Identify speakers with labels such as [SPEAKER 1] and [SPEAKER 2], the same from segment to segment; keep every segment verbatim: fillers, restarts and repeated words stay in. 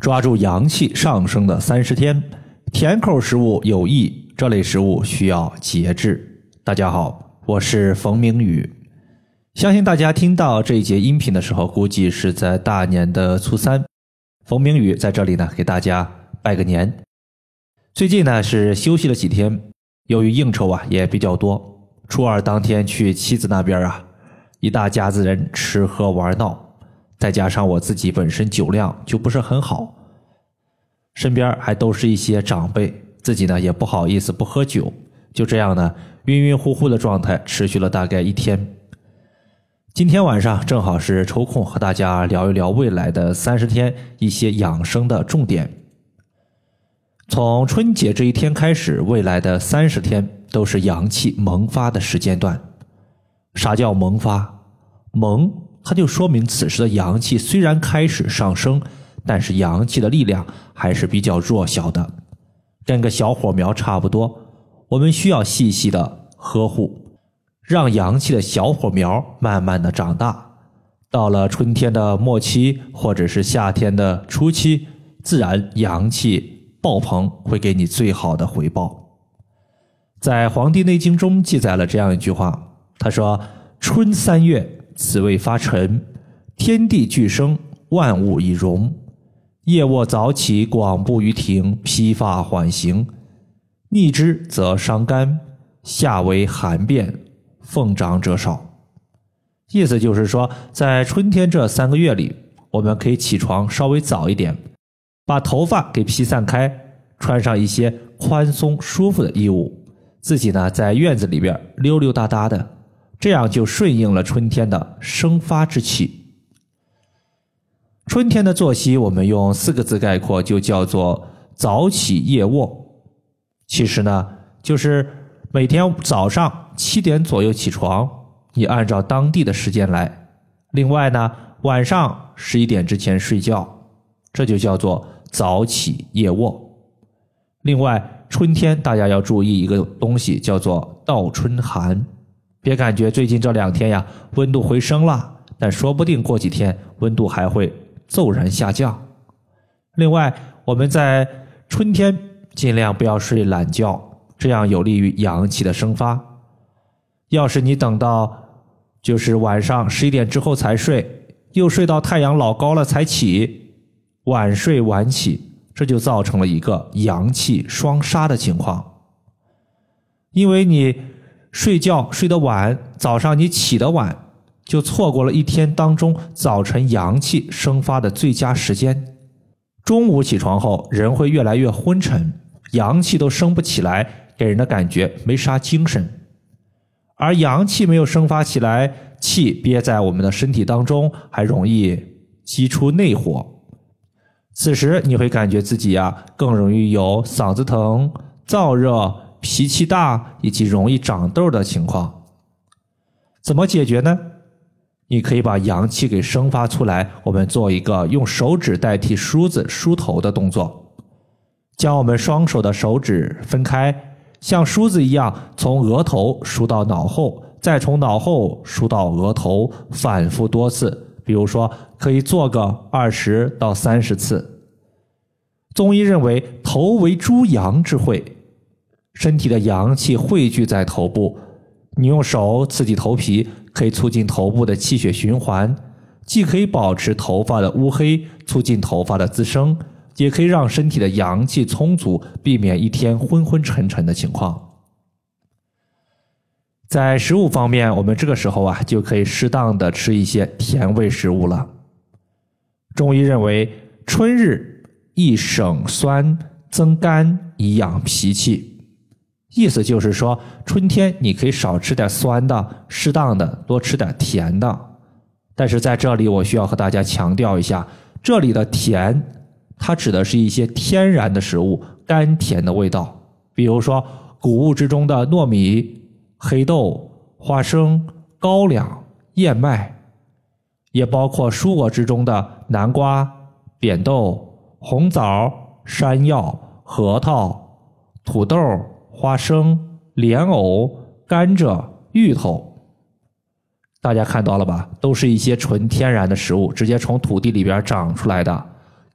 [SPEAKER 1] 抓住阳气上升的三十天，甜口食物有益，这类食物需要节制。大家好，我是冯明宇。相信大家听到这一节音频的时候，估计是在大年的初三。冯明宇在这里呢，给大家拜个年。最近呢是休息了几天，由于应酬啊也比较多，初二当天去妻子那边啊，一大家子人吃喝玩闹，再加上我自己本身酒量就不是很好，身边还都是一些长辈，自己呢也不好意思不喝酒，就这样呢晕晕乎乎的状态持续了大概一天。今天晚上正好是抽空和大家聊一聊未来的三十天一些养生的重点。从春节这一天开始，未来的三十天都是阳气萌发的时间段。啥叫萌发？萌它就说明此时的阳气虽然开始上升，但是阳气的力量还是比较弱小的，跟个小火苗差不多。我们需要细细的呵护，让阳气的小火苗慢慢的长大。到了春天的末期或者是夏天的初期，自然阳气爆棚，会给你最好的回报。在《黄帝内经》中记载了这样一句话，他说：春三月，此谓发陈，天地俱生，万物以荣。夜卧早起，广步于庭，披发缓行。逆之则伤肝，夏为寒变，凤长者少。意思就是说，在春天这三个月里，我们可以起床稍微早一点，把头发给披散开，穿上一些宽松舒服的衣物，自己呢在院子里边溜溜达达的，这样就顺应了春天的生发之气。春天的作息我们用四个字概括，就叫做早起夜卧。其实呢，就是每天早上七点左右起床，你按照当地的时间来。另外呢，晚上十一点之前睡觉，这就叫做早起夜卧。另外，春天大家要注意一个东西，叫做倒春寒。别感觉最近这两天呀，温度回升了，但说不定过几天温度还会骤然下降。另外，我们在春天尽量不要睡懒觉，这样有利于阳气的生发。要是你等到就是晚上十一点之后才睡，又睡到太阳老高了才起，晚睡晚起，这就造成了一个阳气双杀的情况。因为你睡觉睡得晚，早上你起得晚，就错过了一天当中早晨阳气生发的最佳时间。中午起床后，人会越来越昏沉，阳气都升不起来，给人的感觉没啥精神。而阳气没有生发起来，气憋在我们的身体当中，还容易激出内火。此时你会感觉自己呀、啊、更容易有嗓子疼、燥热、脾气大以及容易长痘的情况。怎么解决呢？你可以把阳气给生发出来，我们做一个用手指代替梳子梳头的动作，将我们双手的手指分开，像梳子一样从额头梳到脑后，再从脑后梳到额头，反复多次，比如说可以做个二十到三十次。中医认为头为诸阳之会，身体的阳气汇聚在头部，你用手刺激头皮，可以促进头部的气血循环，既可以保持头发的乌黑，促进头发的滋生，也可以让身体的阳气充足，避免一天昏昏沉沉的情况。在食物方面，我们这个时候啊，就可以适当的吃一些甜味食物了。中医认为，春日宜省酸，增甘，以养脾气。意思就是说，春天你可以少吃点酸的，适当的多吃点甜的。但是在这里我需要和大家强调一下，这里的甜它指的是一些天然的食物，甘甜的味道，比如说谷物之中的糯米、黑豆、花生、高粱、燕麦，也包括蔬果之中的南瓜、扁豆、红枣、山药、核桃、土豆、花生、莲藕、甘蔗、芋头。大家看到了吧，都是一些纯天然的食物，直接从土地里边长出来的，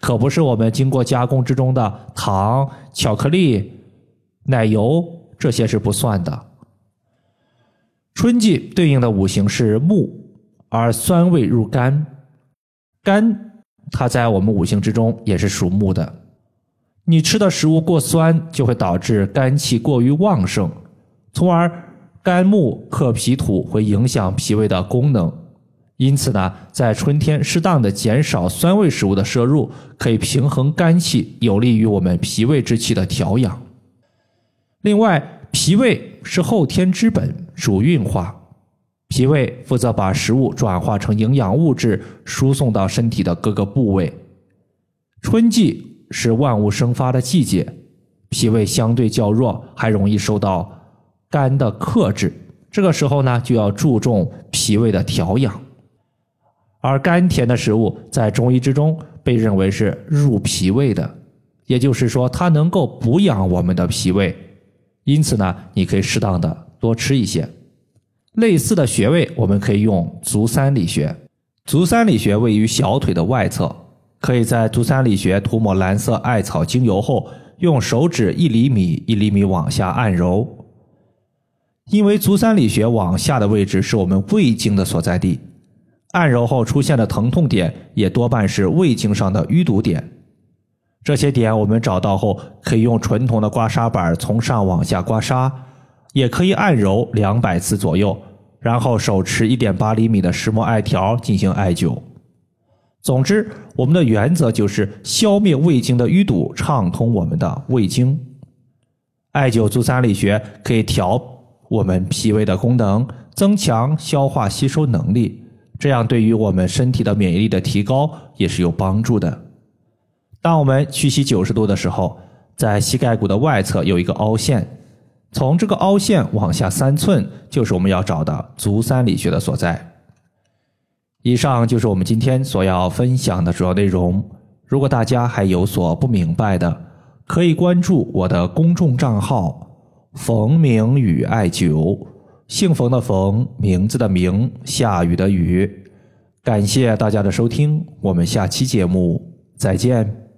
[SPEAKER 1] 可不是我们经过加工之中的糖、巧克力、奶油，这些是不算的。春季对应的五行是木，而酸味入肝，肝它在我们五行之中也是属木的。你吃的食物过酸，就会导致肝气过于旺盛，从而肝木克脾土，会影响脾胃的功能。因此呢，在春天适当的减少酸味食物的摄入，可以平衡肝气，有利于我们脾胃之气的调养。另外，脾胃是后天之本，主运化。脾胃负责把食物转化成营养物质，输送到身体的各个部位。春季是万物生发的季节，脾胃相对较弱，还容易受到肝的克制。这个时候呢，就要注重脾胃的调养。而甘甜的食物在中医之中被认为是入脾胃的，也就是说它能够补养我们的脾胃，因此呢，你可以适当的多吃一些。类似的穴位我们可以用足三里穴。足三里穴位于小腿的外侧，可以在足三里穴涂抹蓝色艾草精油后，用手指一厘米一厘米往下按揉。因为足三里穴往下的位置是我们胃经的所在地，按揉后出现的疼痛点也多半是胃经上的淤堵点。这些点我们找到后，可以用纯铜的刮痧板从上往下刮痧，也可以按揉两百次左右，然后手持 一点八厘米的石墨艾条进行艾灸。总之，我们的原则就是消灭胃经的淤堵，畅通我们的胃经。艾灸足三里穴可以调我们脾胃的功能，增强消化吸收能力，这样对于我们身体的免疫力的提高也是有帮助的。当我们屈膝九十度的时候，在膝盖骨的外侧有一个凹陷，从这个凹陷往下三寸就是我们要找的足三里穴的所在。以上就是我们今天所要分享的主要内容。如果大家还有所不明白的，可以关注我的公众账号冯明宇艾灸，姓冯的冯，名字的名，下雨的雨。感谢大家的收听，我们下期节目再见。